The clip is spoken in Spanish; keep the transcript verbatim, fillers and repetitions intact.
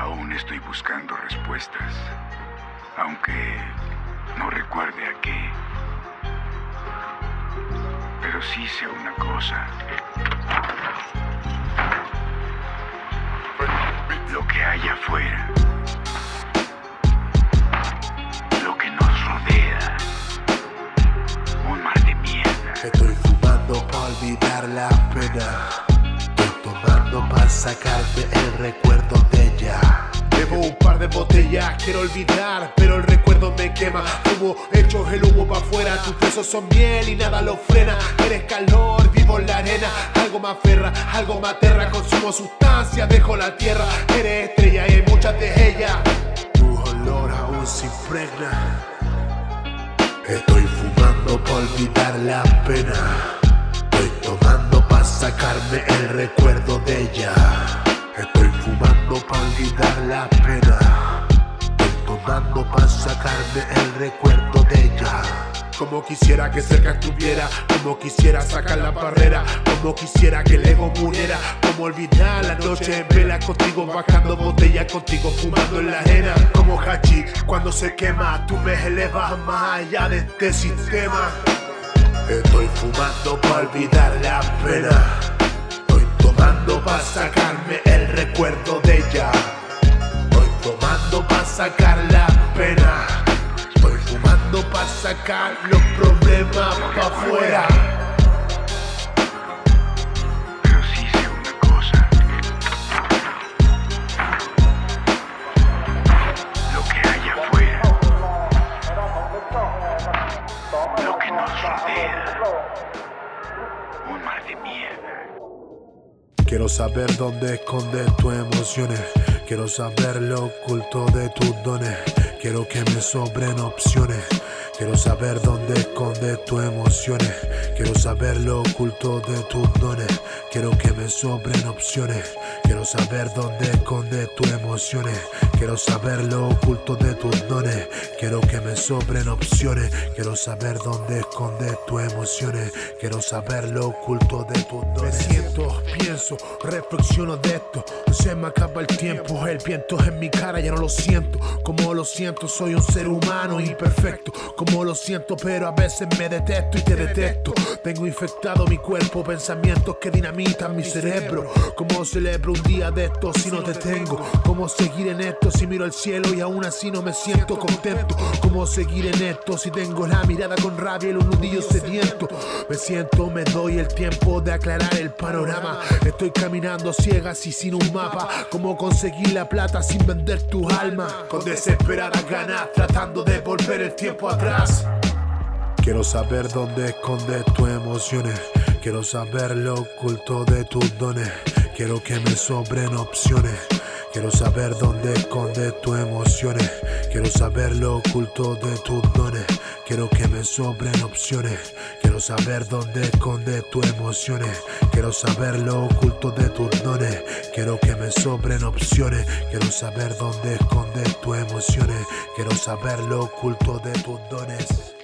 Aún estoy buscando respuestas, aunque no recuerde a qué. Pero sí sé una cosa. Lo que hay afuera, lo que nos rodea, un mar de mierda. Estoy fumando pa' olvidar la pena. Estoy tomando pa' sacarme el recuerdo de ella. Bebo un par de botellas, quiero olvidar, pero el recuerdo me quema. Fumo, echo el humo pa' afuera. Tus besos son miel y nada lo frena. Eres calor, vivo en la arena. Algo me aferra, algo me aterra. Consumo sustancia, dejo la tierra. Eres estrella y hay muchas de ellas. Tu olor aún se impregna. Estoy fumando pa' olvidar la pena. Estoy tomando pa' sacarme el recuerdo de ella. Estoy fumando pa' olvidar la pena. Estoy tomando pa' sacarme el recuerdo de ella. Como quisiera que cerca estuviera, como quisiera sacar la barrera, como quisiera que el ego muriera, como olvidar la noche en vela contigo, bajando botellas contigo, fumando en la arena. Como hachi cuando se quema, tú me elevas más allá de este sistema. Estoy fumando pa' olvidar la pena. Estoy tomando pa' sacarme el recuerdo de ella. Estoy tomando pa' sacar la pena. Estoy fumando pa' sacar los problemas pa' afuera. Pero sí sé una cosa. Lo que hay afuera, lo que nos rodea, un mar de mierda. Quiero saber dónde escondes tus emociones. Quiero saber lo oculto de tus dones. Quiero que me sobren opciones. Quiero saber dónde escondes tus emociones. Quiero saber lo oculto de tus dones. Quiero que me sobren opciones. Quiero saber dónde escondes tus emociones. Quiero saber lo oculto de tus dones. Quiero que me sobren opciones. Quiero saber dónde escondes tus emociones. Quiero saber lo oculto de tus dones. Me siento, pienso, reflexiono de esto. Se me acaba el tiempo. El viento en mi cara ya no lo siento. Como lo siento, soy un ser humano imperfecto. Como lo siento, pero a veces me detesto y te detesto. Tengo infectado mi cuerpo, pensamientos que dinamitan mi cerebro. Como celebro un día de esto si no te tengo. Cómo seguir en esto si miro al cielo y aún así no me siento contento. Cómo seguir en esto si tengo la mirada con rabia y los nudillos sedientos. Me siento, me doy el tiempo de aclarar el panorama. Estoy caminando ciegas y sin un mapa. Cómo conseguir la plata sin vender tu alma. Con desesperadas ganas tratando de volver el tiempo atrás. Quiero saber dónde escondes tus emociones. Quiero saber lo oculto de tus dones. Quiero que me sobren opciones. Quiero saber dónde escondes tus emociones. Quiero saber lo oculto de tus dones. Quiero que me sobren opciones. Quiero saber dónde escondes tus emociones. Quiero saber lo oculto de tus dones. Quiero que me sobren opciones. Quiero saber dónde escondes tus emociones. Quiero saber lo oculto de tus dones.